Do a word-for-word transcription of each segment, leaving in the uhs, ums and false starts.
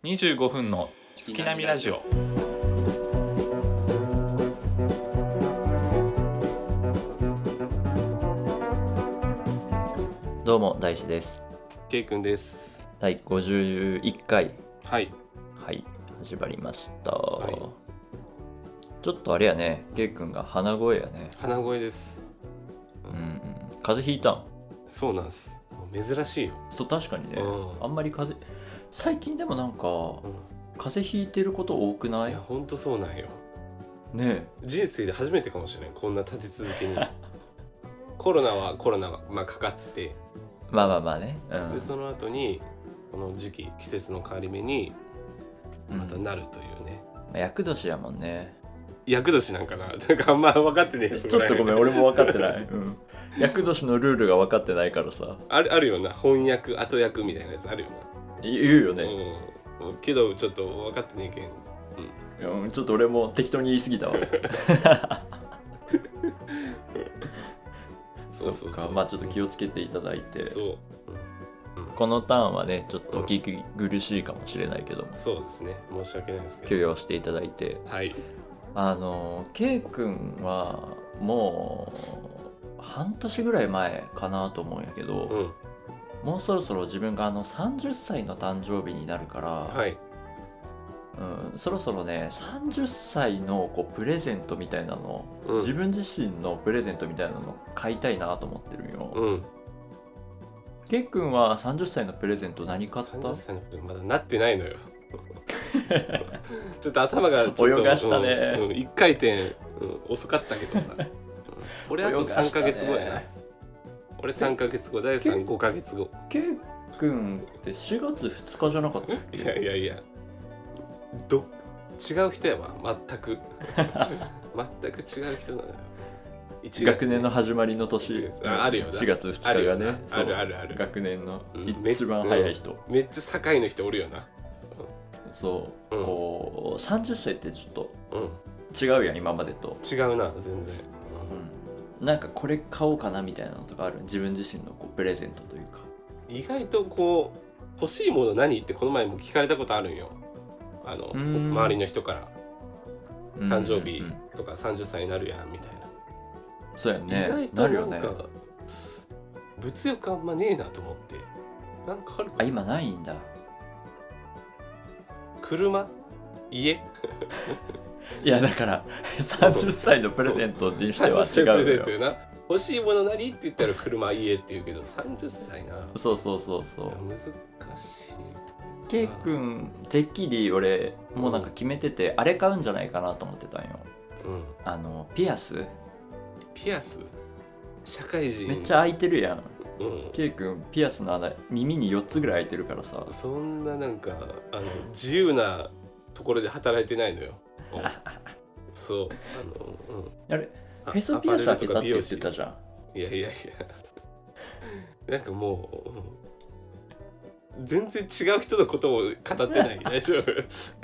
にじゅうごふんの月並みラジオ。 どうも大志です。 ケイくんです。 だいごじゅういっかいはいはい始まりました、 はい、 ちょっとあれやね、ケイくんが鼻声やね。 鼻声です、 うん、うん、風邪ひいたん？ そうなんです。珍しいよ。 そう確かにね、 うん、 あんまり風邪最近でもなんか、 うん、 風邪ひいてること多くない？ いやほんとそうなんよね。 人生で初めてかもしれない、こんな立て続けにコロナはコロナは、まあ、かかってまあまあまあね、うん、 でその後にこの時期季節の変わり目にまたなるというね、 うん、厄年やもんね。 厄年なんかな、なんかあんま分かってねえ。 ちょっとごめん俺も分かってない、うん、厄年のルールが分かってないからさ。 ある、あるよな、翻訳後役みたいなやつあるよな。 言うよね、 うん、けどちょっと分かってねえけん、 うん、ちょっと俺も適当に言い過ぎたわそうそうそう、 まあちょっと気をつけていただいて、 そう、うんうん、 このターンはねちょっとお聞き苦しいかもしれないけども、 うん、そうですね、申し訳ないですけど許容していただいて、 はい。 あの K 君はもう半年ぐらい前かなと思うんやけど、 うん、 もうそろそろ自分があのさんじゅっさいの誕生日になるから、 はい、 うん、そろそろねさんじゅっさいのこうプレゼントみたいなの、うん、自分自身のプレゼントみたいなの買いたいなと思ってるんよ。 うん。 ケイ君はさんじゅっさいのプレゼント何買った？ さんじゅっさいのプレゼントまだなってないのよちょっと頭がちょっと泳がしたね、 うんうん、いっかいてん、うん、遅かったけどさ、うん、俺あとさんかげつごやな。俺さんかげつご、大さんごかげつご。 ケイ君ってしがつふつかじゃなかったっけ？ いやいやいや、ど違う人やわ、全く全く違う人なのよ。 いちがつ、ね、学年の始まりの年、 あ, あるよな、 しがつふつかがね、 あるあるある、 学年の一番早い人、 うん、めっちゃ境の人おるよな、 うん、そう、うん、こうさんじゅっさいってちょっと違うやん、今までと。 違うな全然、 うん、なんかこれ買おうかなみたいなのとかある？自分自身のこうプレゼントというか。 意外とこう欲しいもの何ってこの前も聞かれたことあるんよ、あの周りの人から。誕生日とかさんじゅっさいになるやんみたいな。 そうやね。 意外となんか物欲あんまねえなと思って。なんかあるかな。 あ、今ないんだ。 車？家？ いやだからさんじゅっさいのプレゼントにしては違うよ。さんじゅっさいのプレゼントよな。欲しいもの何って言ったら車、家って言うけどさんじゅっさいな。 そうそうそうそう。 難しい。 ケイ君てっきり俺もうなんか決めてて、うん、あれ買うんじゃないかなと思ってたんよ。うん。あのピアス。 ピアス？社会人めっちゃ開いてるやん、 うん、 ケイ君ピアスの穴耳によっつぐらい開いてるからさ。 そんななんかあの自由なところで働いてないのよそうあの、うん、 あれへそピアス開けたって言ってたじゃん。 いやいやいやなんかもう全然違う人のことを語ってない大丈夫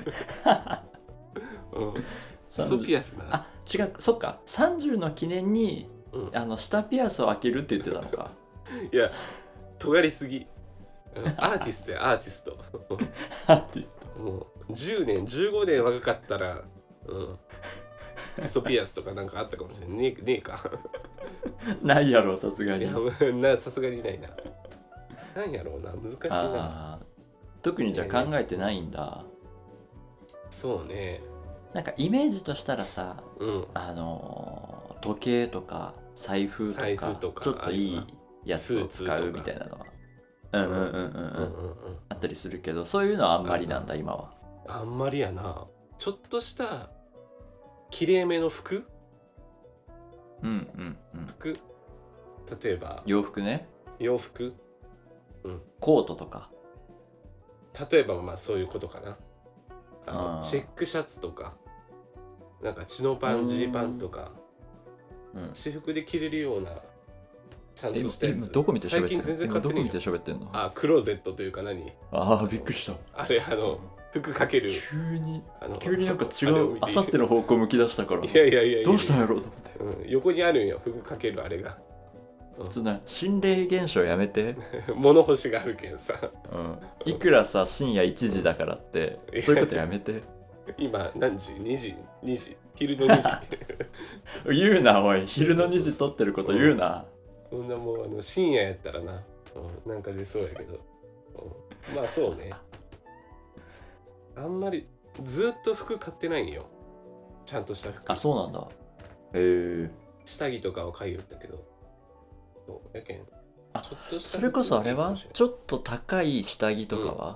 うん、へそピアスなあ違う、そっかさんじゅうの記念に、うん、あの下ピアスを開けるって言ってたのかいや尖りすぎ、うん、アーティストやアーティストアーティストもうじゅうねんじゅうごねん若かったら、うん、ヘソピアスとかなんかあったかもしれない。ねえ、ねえかないやろさすがに。 さすがにないな。なんやろうな、難しいな。 特にじゃあ考えてないんだ、ね、 そうね。 なんかイメージとしたらさ、 うん、 あの時計とか財布と か, 財布とかちょっといいやつを使うみたいなのはうんうんうんうんうんあったりするけど、そういうのはあんまりなんだ今は。 あんまりやな。ちょっとしたきれいめの服、 うんうんうん、 服、例えば洋服ね。 洋服、 うん、コートとか。 例えばまあそういうことかな。あのチェックシャツとかなんかチノパンジーパンとか、うん、私服で着れるようなちゃんとしたやつ。 どこ見て喋ってんの？ 最近全然買ってないよ。 どこ見て喋ってんの？ あ、クローゼットというか何？ ああびっくりした。 あれあの服かける。 急にあの急になんか違うあさっての方向向き出したから。 いやいやいやいや。 どうしたんやろうと思って、 うん。横にあるんよ服かけるあれが。 普通な心霊現象やめて物欲しがあるけんさ、 うん、いくらさ深夜いちじだからってそういうことやめて今何時 ?に 時 ?に 時昼のにじ言うなおい、昼のにじ撮ってること言うな。 そんなもうあの深夜やったらな、うん、なんか出そうやけど、うん、まあそうね。あんまりずっと服買ってないんよ、ちゃんとした服。 あ、そうなんだ。へえ。 下着とかを買いよったけど、そうやけん。 あ、ちょっとしたそれこそあれはちょっと高い下着とかは、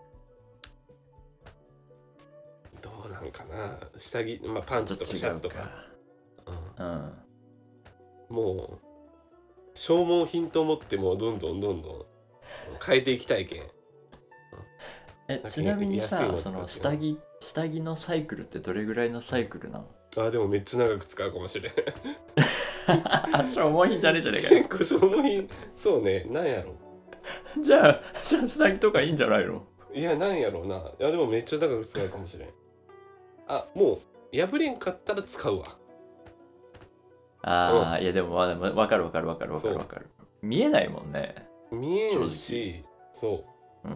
うん、どうなんかな。下着、まあパンツとかシャツとか、うん、うん、もう消耗品と思ってもどんどんどんどん変えていきたいけん。 え、ちなみにさ、その下着下着のサイクルってどれぐらいのサイクルなの？ あ、でもめっちゃ長く使うかもしれん。 消耗品じゃねえじゃねえかよ。 結構消耗品、そうね、なんやろ。 じゃあ、じゃあ下着とかいいんじゃないの？ いや、なんやろうな。いや、でもめっちゃ長く使うかもしれん。あ、もう破れんかったら使うわ。 ああ、うん、いやでもわかるわかるわかるわかるわかる。見えないもんね。 見えんし、そう。うん。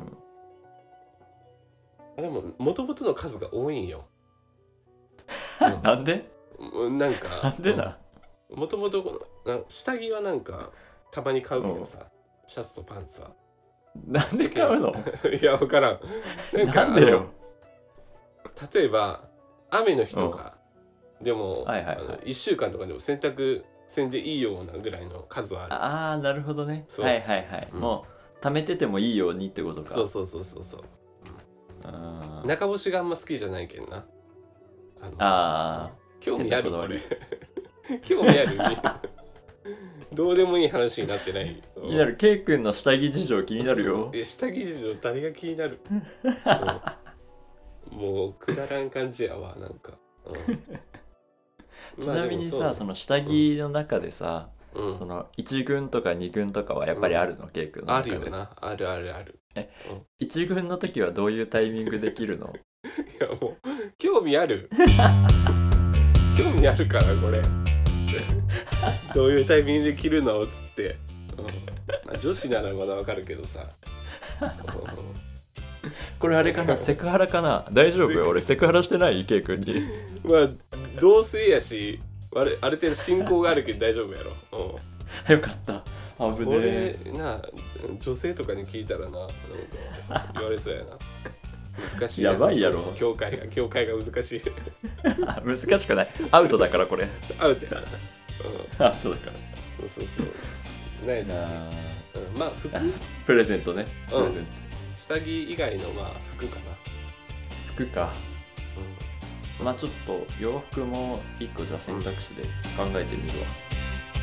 あ、でも元々の数が多いんよ。 なんで？ なんかなんでな。 もともと下着はなんかたまに買うけどさ、シャツとパンツは。 なんで買うの？ いや、わからん。 なんかなんでよ。 例えば雨の日とかでも、 はいはいはい、 あのいっしゅうかんとかでも洗濯せんでいいようなぐらいの数はある。 ああ、なるほどね。はいはいはい、うん、もう貯めててもいいようにってことか。 そうそうそうそうそう。うん、中干しがあんま好きじゃないけんな。 ああ、 興味あるこれ。興味あるどうでもいい話になってない。 気になる。ケイ君の下着事情気になるよ。 え、下着事情誰が気になる？うん、もうくだらん感じやわ、なんか。うん、 ちなみにさ、まあ、その下着の中でさ、うん、そのいち軍とかに軍とかはやっぱりあるの、ケイ君の中で。 あるよな、あるあるある。 え、うん、いち軍の時はどういうタイミングで着るの？ いやもう興味ある興味あるからこれどういうタイミングで着るのっつって、うん、まあ、女子ならまだわかるけどさこれあれかな、セクハラかな。大丈夫よ、俺セクハラしてないケイ君に。 まあ同性やし、ある程度信仰があるけど大丈夫やろ、 うん、よかった。危ねえ。 これな、女性とかに聞いたらな、なんか言われそうやな。難しい。 やばいやろ。 境界が、境界が難しい。 難しくない。アウトだからこれ。 アウトやな。 うん、アウトだから。 そうそうそう。ないな。うん、まあ服。 プレゼントね。プレゼント。うん、 下着以外のまあ服かな。 服か。うん、まあちょっと洋服も一個じゃ選択肢で考えてみるわ。うん。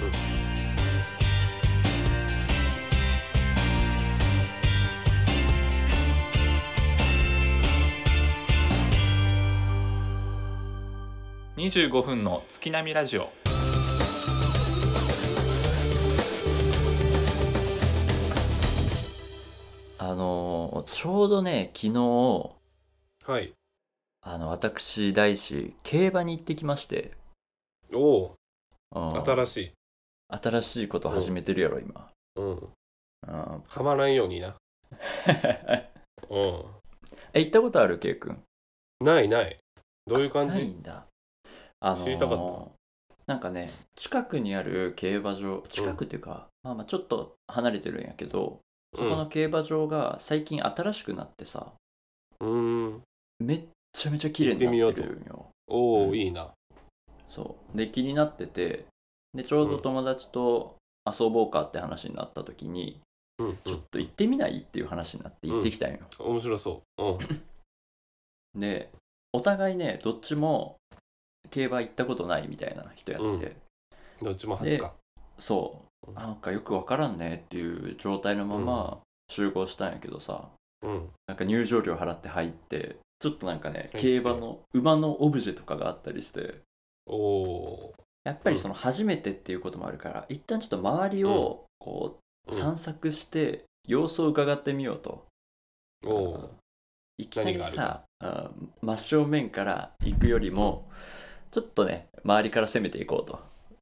にじゅうごふんの月並みラジオ。 あのー、ちょうどね昨日、 はい、 あの私大志競馬に行ってきまして。 おお、新しい新しいこと始めてるやろ今。うん、うん、 はまらんようにな。 うん、え、行ったことあるケイ君？ ないない。どういう感じ？ ないんだ。あのー、 知りたかった。 なんかね、近くにある競馬場、近くっていうか、うん、まあまあちょっと離れてるんやけど、そこの競馬場が最近新しくなってさ、うん、めっちゃめちゃ綺麗になってるんよ。 おお、うん、いいな。 そうで気になってて、でちょうど友達と遊ぼうかって話になった時に、うん、ちょっと行ってみないっていう話になって行ってきたんよ。 うん、面白そう。 うん、でお互いねどっちも競馬行ったことないみたいな人やって、 うん、どっちも初か。 そうなんかよくわからんねっていう状態のまま集合したんやけどさ、うん、なんか入場料払って入ってちょっとなんかね競馬の馬のオブジェとかがあったりして、おやっぱりその初めてっていうこともあるから、うん、一旦ちょっと周りをこう散策して様子を伺ってみようと、うん、おいきなりさ真正面から行くよりも、うん、ちょっとね周りから攻めていこうと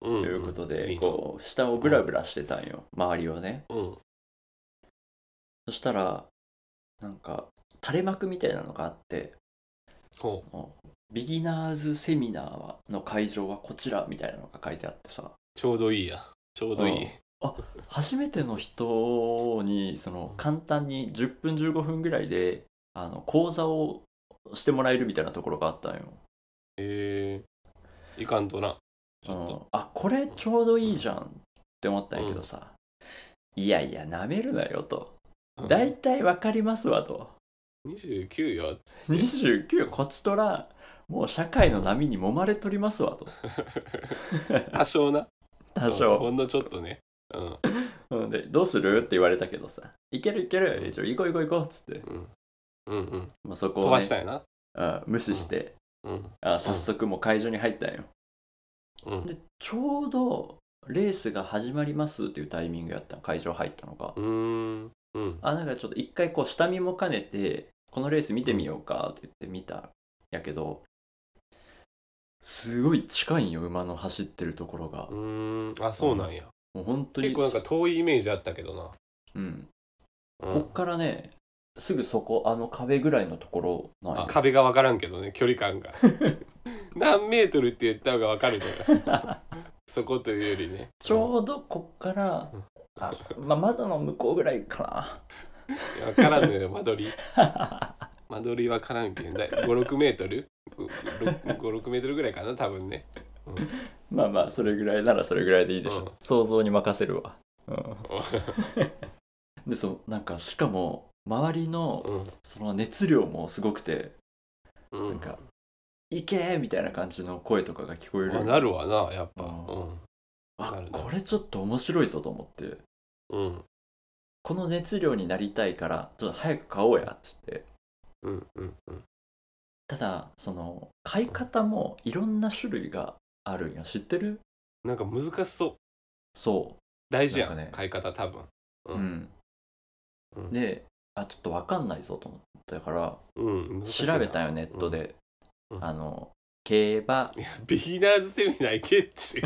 ということで、うんうん、こう下をブラブラしてたんよ、うん、周りをね、うん、そしたらなんか垂れ幕みたいなのがあって、ほうビギナーズセミナーの会場はこちらみたいなのが書いてあってさ、 ちょうどいいやちょうどいい、うん、 あ初めての人にその簡単にじゅっぷんじゅうごふんぐらいであの講座をしてもらえるみたいなところがあったんよ。 へえー、いかんとなちょっと、うん、 あこれちょうどいいじゃんって思ったんやけどさ、うん、いやいやなめるなよと、だいたいわかりますわと、 にじゅうきゅうよっつってにじゅうきゅうこっちとらもう社会の波に揉まれとりますわと多少な多少、 ほんのちょっとね、 うん、でどうするって言われたけどさ、いけるいける、うん、一応行こう行こう行こうっつって、うんうんうんまあ、そこを、ね、 飛ばしたいな、 あ無視して、うん、あ早速もう会場に入ったんよ、うん、でちょうどレースが始まりますっていうタイミングやった会場入ったのが、うーん、うん、あなんかちょっと一回こう下見も兼ねてこのレース見てみようかって言って見たやけど、すごい近いんよ馬の走ってるところが。 うーんあそうなんや、 もう本当に結構なんか遠いイメージあったけどな、 うん、うん、こっからねすぐそこあの壁ぐらいのところなんや。壁が分からんけどね距離感が何メートルって言った方が分かるのよそこというよりねちょうどこっから、うん、あまあ、窓の向こうぐらいかな分からんのよ間取り間取り分からんけんだご、ろくメートルご、ろくメートルぐらいかな多分ね、 うん、まあまあそれぐらいならそれぐらいでいいでしょ、うん、想像に任せるわ、うん、でそうなんかしかも周りのその熱量もすごくて、うん、なんかいけーみたいな感じの声とかが聞こえる。 なるわなやっぱ、うん、 あこれちょっと面白いぞと思って、うん、この熱量になりたいからちょっと早く買おうやって言って、うんうんうん、ただその買い方もいろんな種類があるんや知ってる？ なんか難しそう。 そう大事やん、ね、買い方多分、 うんうん、であちょっと分かんないぞと思ったから、うん、調べたよネットで、うん、あの競馬ビギナーズセミナー行けっち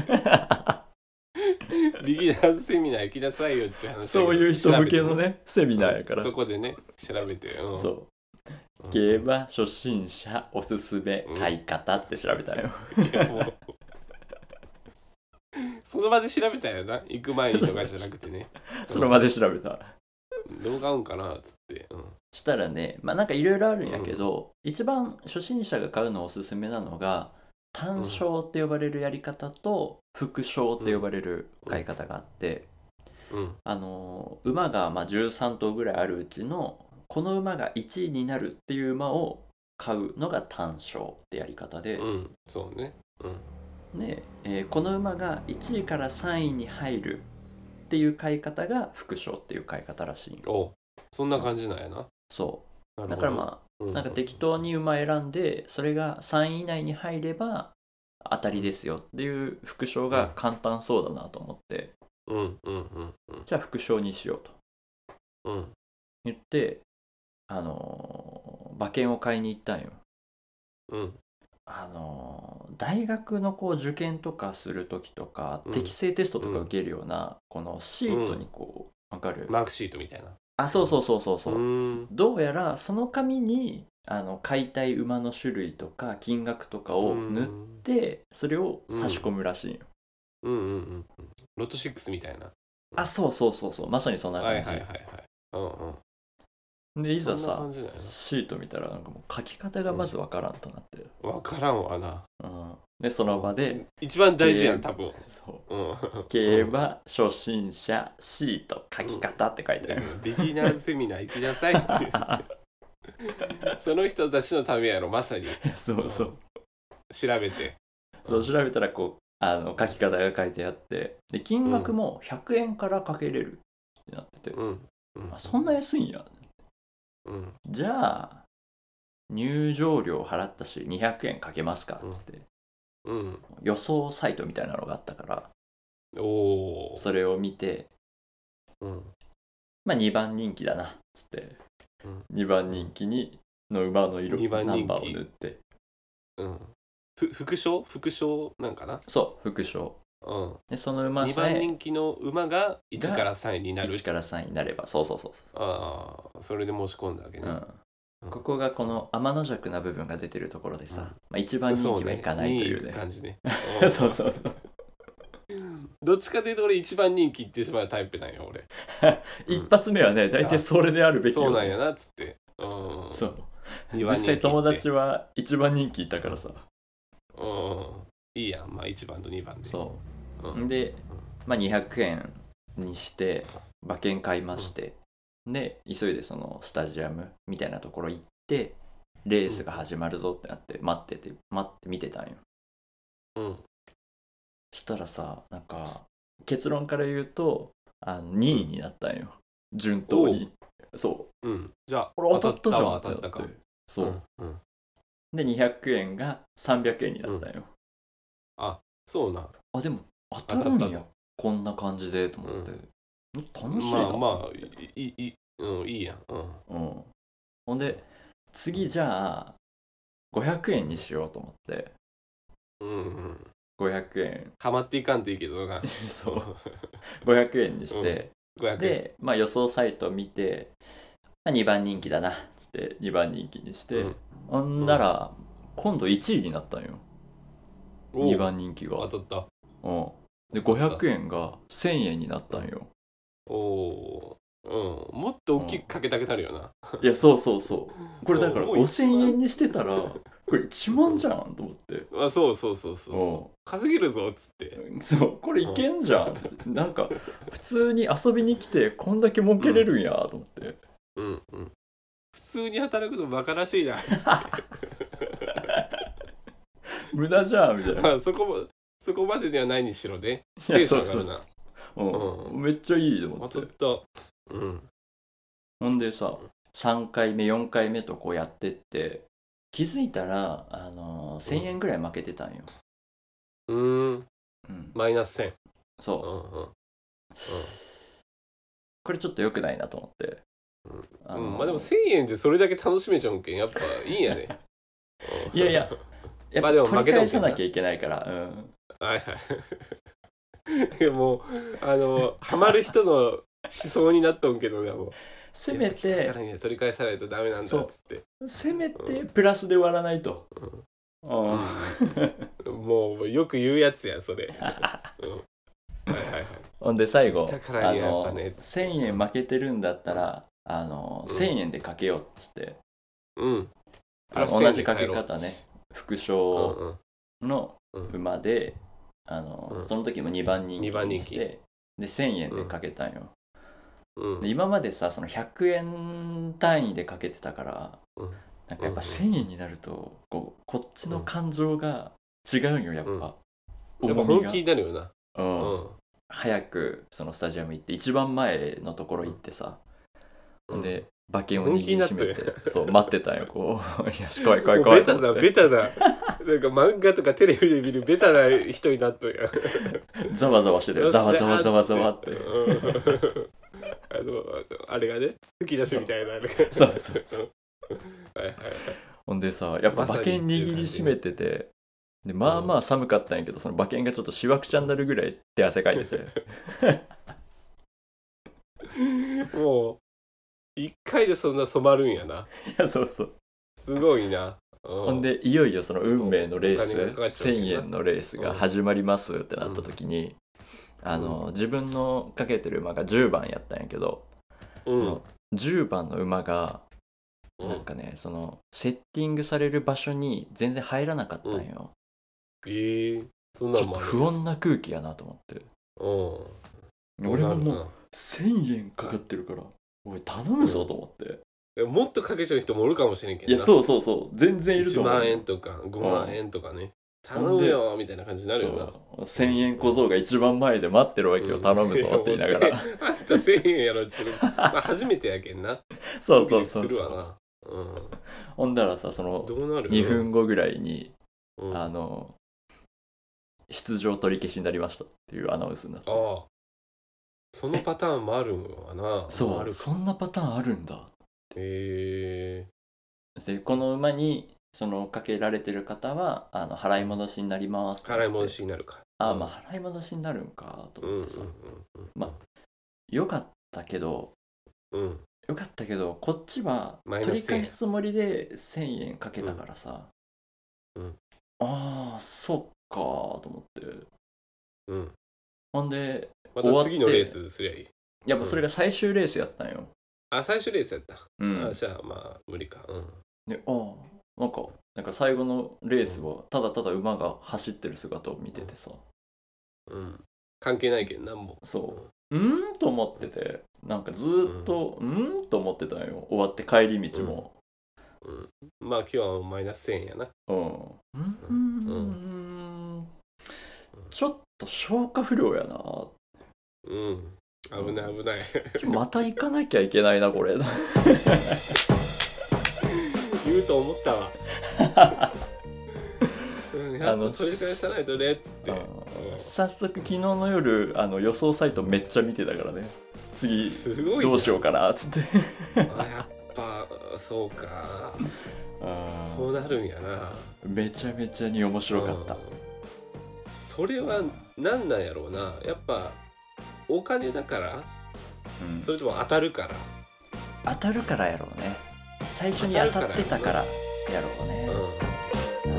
ビギナーズセミナー行きなさいよって話。 そういう人向けのねセミナーやから、 そこでね調べて、うん、 そう競馬初心者おすすめ買い方って調べたよ、うん、いやもうその場で調べたよな、行く前にとかじゃなくてねその場で調べた、 どう買うんかなっつって、うん、 したらねまあなんかいろいろあるんやけど、うん、一番初心者が買うのおすすめなのが単勝って呼ばれるやり方と副勝って呼ばれる買い方があって、うんうん、あの馬がまあじゅうさんとうぐらいあるうちのこの馬がいちいになるっていう馬を買うのが単勝ってやり方で、 うん、そうね、 うん、で、えー、この馬がいちいからさんいに入るっていう買い方が副賞っていう買い方らしい。 おそんな感じなんやな。 そうだからまあ、うん、なんか適当に馬選んでそれがさんい以内に入れば当たりですよっていう副賞が簡単そうだなと思って、うんうんうんうん、じゃあ副賞にしようと、うん、言ってあのー、馬券を買いに行ったんよ。うん、あのー、大学のこう受験とかするときとか、うん、適正テストとか受けるような、うん、このシートにこう、わかる？ マークシートみたいな。 あ、そうそうそうそうそう。うどうやらその紙にあの買いたい馬の種類とか金額とかを塗ってそれを差し込むらしいよ。 うんうんうんうん。ロトシックスみたいな。 あ、そうそうそうそう。まさにそんな感じ。はいはいはいはい。うんうん。でいざさシート見たらなんかもう書き方がまずわからんとなって、 うん、わからんわな、 うん、でその場で一番大事やん多分そう、うん、競馬初心者シート書き方って書いてある、 うん、ビギナーズセミナー行きなさいっていうその人たちのためやろまさにそうそう、 調べてそう調べたらこうあの書き方が書いてあってで金額もひゃくえんからかけれるってなってて、うんうん、あそんな安いんや、うん、じゃあ入場料払ったしにひゃくえんかけますかって、うんうん、予想サイトみたいなのがあったからおそれを見て、うん、まあにばん人気だなっつって、うん、にばん人気にの馬の色ナンバーを塗って、 うん、ふ副賞副賞なんかなそう副賞うん、 でその馬にさえばん人気の馬がいちからさんいになる。 いちからさんいになれば、そうそうそうそう。 ああ、それで申し込んだわけね。 うんうん、ここがこの天の弱な部分が出てるところでさ、うん、まあ、いちばん人気はいかないというね。 そうね、にいく感じね。 そうそうそう。 どっちかというと俺いちばん人気ってしまうタイプなんよ俺。 一発目はね、大体それであるべきよ。 そうなんやなっつって。うん、 そう。実際友達はいちばん人気いたからさ。 うん、いいやん、まあいちばんとにばんで。 そう。うん、で、まあにひゃくえんにして馬券買いまして、うん、で急いでそのスタジアムみたいなところ行ってレースが始まるぞってなって待ってて待って見てたんよ。 うん。 したらさ、なんか結論から言うとあのにいになったんよ、うん、順当に。そう、 うん、じゃあ俺当たったじゃん当たったか。 そう、うんうん、でにひゃくえんがさんびゃくえんになったんよ、 うん、あ、そうな。 あ、でも当たるんやこんな感じでと思って、うん、楽しいな。 まあまあいいいい、うん、いいやん。うん、 うん、ほんで次じゃあごひゃくえんにしようと思って、 うんうん、 ごひゃくえんハマっていかんといいけどな。 そうごひゃくえんにして、うん、で、まあ、予想サイト見て、まあ、にばん人気だなっつってにばん人気にして、うん、ほんなら、うん、今度いちいになったんよ、にばん人気が。 当たった。 うん、でごひゃくえんがせんえんになったんよ。 おお、うん、もっと大きくかけたくなるよな、 うん、いやそうそうそう、これだからごせんえんにしてたらこれいちまんじゃんと思って。 あ、そうそうそうそうそう、稼げるぞっつって。 そうこれいけんじゃん、うん、なんか普通に遊びに来てこんだけ儲けれるんやと思って、 うん、うんうん、普通に働くのバカらしいな無駄じゃんみたいな。 まあそこもそこまでではないにしろね、テンション上がるな。 うん、めっちゃいいと思って。 うん、 ほんでさ、さんかいめよんかいめとこうやってって気づいたら、あのー、せんえんぐらい負けてたんよ。 うーん、うん、マイナスせん。 そう、うんうんうん、これちょっと良くないなと思って、 うんあのーうん、まあでもせんえんでそれだけ楽しめちゃうんけんやっぱいいんやねいやいややっぱ取り返さなきゃいけないから、うん、 はいはいもうあのハマる人の思想になっとんけどね、もうせめて取り返さないとダメなんだっつって、 せめてプラスで割らないと、 うんうん、もうよく言うやつやそれ、うん、はいはいはい。 ほんで最後、 あのせんえん負けてるんだったらあの、うん、せんえんでかけようって、うん、あの同じかけ方ね、副賞の馬で、うん、あのうん、その時もにばん人気にしてでせんえんでかけたんよ、うん、で今までさそのひゃくえん単位でかけてたから、うん、なんかやっぱせんえんになるとこうこっちの感情が違うんよやっぱ、うん、 やっぱ本気になるよな、 うんうん、早くそのスタジアム行って一番前のところ行ってさ、うん、で馬券を握りしめてそう待ってたんよこうよし怖い怖い怖いベタだベタだなんか漫画とかテレビで見るベタな人になっとるやんざわざわしてたよ、ざわざわざわざわってあのあれがね吹き出しみたいなあれがそうそうそうはいはいはい。ほんでさやっぱ馬券握りしめててでまあまあ寒かったんやけどその馬券がちょっとしわくちゃになるぐらい手汗かいててもう一回でそんな染まるんやな。 いやそうそうすごいな、 うん、ほんでいよいよその運命のレースせんえんのレースが始まりますってなった時に、うん、あの、うん、自分のかけてる馬がじゅうばんやったんやけど、うん、じゅうばんの馬がなんかね、うん、そのセッティングされる場所に全然入らなかったんよ、 うん、えー、そんなちょっと不穏な空気やなと思って、うん、俺ももうせんえんかかってるからおい頼むぞと思って、 うん、もっとかけちゃう人もおるかもしれんけどな。 いやそうそうそう全然いると思う。 いちまんえんとかごまんえんとかね、うん、頼むよみたいな感じになるよな。せんえん小僧が一番前で待ってるわけよ、うん、頼むぞって言いながらあんたせんえんやろちょっと、まあ、初めてやけんなそうそうそうそうするわな、うん、 ほんだらさそのにふんごぐらいに、うん、あの出場取り消しになりましたっていうアナウンスになって、ああそのパターンもあるんわな。 そう、そんなパターンあるんだ。 へえ。で、この馬にそのかけられてる方はあの払い戻しになります。 払い戻しになるか。 ああまあ払い戻しになるんかと思ってさ、 うんうんうん、 まあよかったけど、 うん、 よかったけどこっちはマイナス取り返すつもりでせんえんかけたからさ、 うんうん、 ああそっかと思って、 うん、 ほんでまた次のレースすりゃいい。 いやもうそれが最終レースやったんよ。 あ、最終レースやった。 うん、 あじゃあまあ無理か。うん。 で、ああなんかなんか最後のレースはただただ馬が走ってる姿を見ててさ、 うん、関係ないけんなんも。 そううーんと思ってて、なんかずーっとうーんと思ってたんよ、終わって帰り道も。 うん、うん、まあ今日はマイナスせんえんやな。 うん。うーん。ちょっと消化不良やな。 うん。危ない危ない。 また行かなきゃいけないなこれ。 言うと思ったわ。うん、やっぱ取り返さないとねっつって。 早速昨日の夜あの予想サイトめっちゃ見てたからね。次どうしようかなっつって。 あやっぱそうか。そうなるんやな。 めちゃめちゃに面白かった。 それは何なんやろうな。やっぱお金だから、うん、それとも当たるから。 当たるからやろうね。最初に当たってたからやろうね。うん、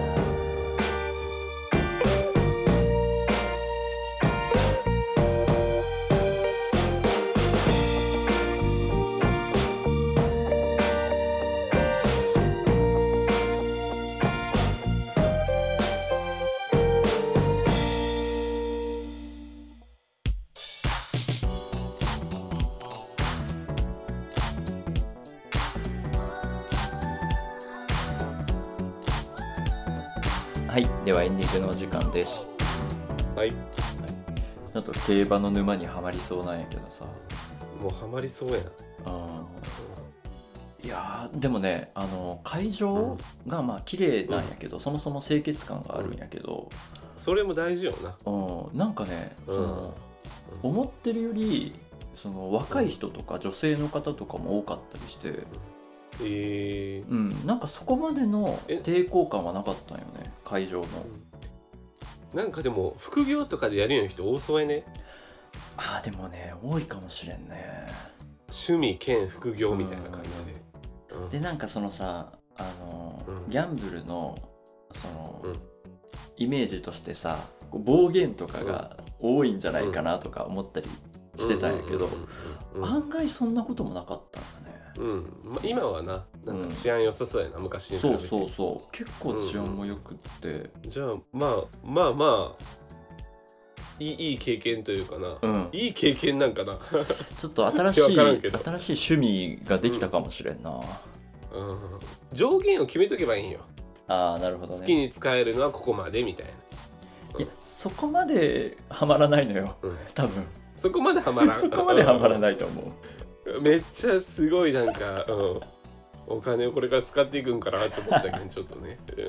はい、ではエンディングのお時間です。 はい。 ちょっと競馬の沼にはまりそうなんやけどさ。 もうはまりそうやな。 あいやでもね、あの会場がまあ綺麗なんやけど、うん、そもそも清潔感があるんやけど、うん、 それも大事よな。 うん、なんかね、その、うん、思ってるよりその若い人とか女性の方とかも多かったりして。 えー、 うん、なんかそこまでの抵抗感はなかったんよね、会場の、 うん、なんかでも副業とかでやるような人多そうやね。 ああでもね多いかもしれんね。 趣味兼副業みたいな感じで、 うんうん、でなんかそのさあの、うん、ギャンブルのその、うん、イメージとしてさ暴言とかが多いんじゃないかなとか思ったりしてたんやけど、案外そんなこともなかったんだね。 うん、まあ、今はな、なんか治安良さそうやな、うん、昔に比べて。 そうそうそう、結構治安も良くって、うんうん、じゃあまあまあまあいい、いい経験というかな、うん、いい経験なんかなちょっと新しい新しい趣味ができたかもしれんな、 うんうん、上限を決めとけばいいんよ。 ああなるほどね。 好きに使えるのはここまでみたいな、 うん、いやそこまでハマらないのよ、うん、多分そこまでハマらそこまでハマらないと思う。 めっちゃすごいなんか、うん、お金をこれから使っていくんかなって思ったけどちょっとね、うん、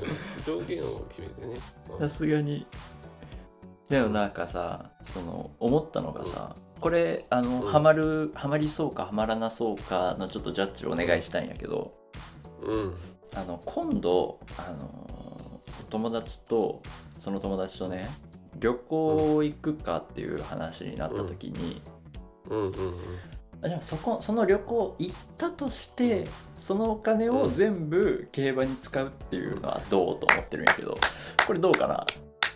上限を決めてね。 さすがに。でもなんかさ、その思ったのがさ、うん、これあの、うん、ハマるハマりそうかハマらなそうかのちょっとジャッジをお願いしたいんやけど、うん、あの今度あの友達とその友達とね旅行行くかっていう話になった時に、うんうんうんうんじゃあそこその旅行行ったとしてそのお金を全部競馬に使うっていうのはどうと思ってるんやけど、これどうかな。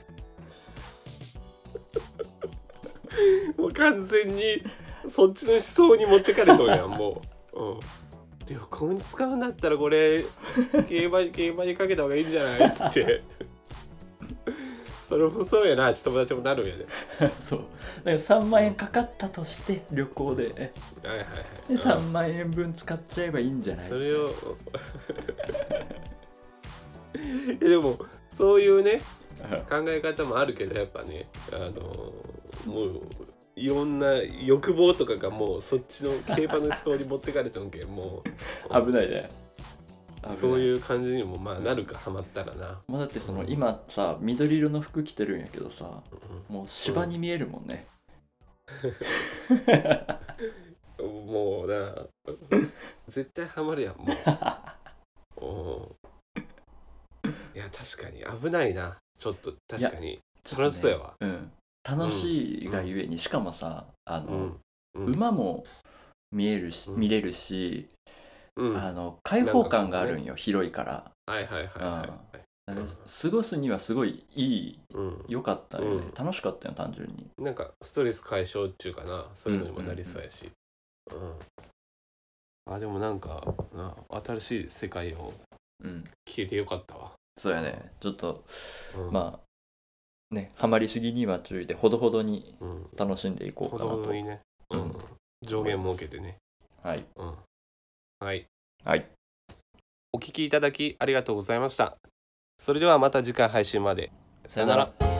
もう完全にそっちの思想に持ってかれとんやんもう、うん、旅行に使うんだったらこれ競馬に競馬にかけた方がいいんじゃないっつってそれもそうやな、友達もなるんやでそうだからさんまんえんかかったとして旅行で、はいはいはい、でさんまんえんぶん使っちゃえばいいんじゃない。 それをでもそういうね考え方もあるけどやっぱねあのもういろんな欲望とかがもうそっちの競馬の思想に持ってかれとんけんもう危ないね。 そういう感じにもまあなるか、ハマったらな。 もうだってその今さ緑色の服着てるんやけどさ、うん、もう芝に見えるもんね、 うん、もうな絶対ハマるやんもうおいや確かに危ないなちょっと確かに楽しそうやわ、 うん、楽しいがゆえに、しかもさあの、うんうん、馬も見えるし、見れるし、うん、あの開放感があるんよ、ね、広いから。 はいはいはいはい、 うん、過ごすにはすごいいい、良、うん、かったよね、うん、楽しかったよ単純に。 なんかストレス解消っていうかな、そういうのにもなりそうやし、うん、うんうん、あでもなんかな新しい世界を聞けてよかったわ、うん、 そうやね、ちょっと、うん、まあね、ハマりすぎには注意でほどほどに楽しんでいこうかなと、うん、ほどほどにね、うん、 上限設けてね、 はい、 うん、はい、 はい、 お聞きいただきありがとうございました。それではまた次回配信まで。さよなら。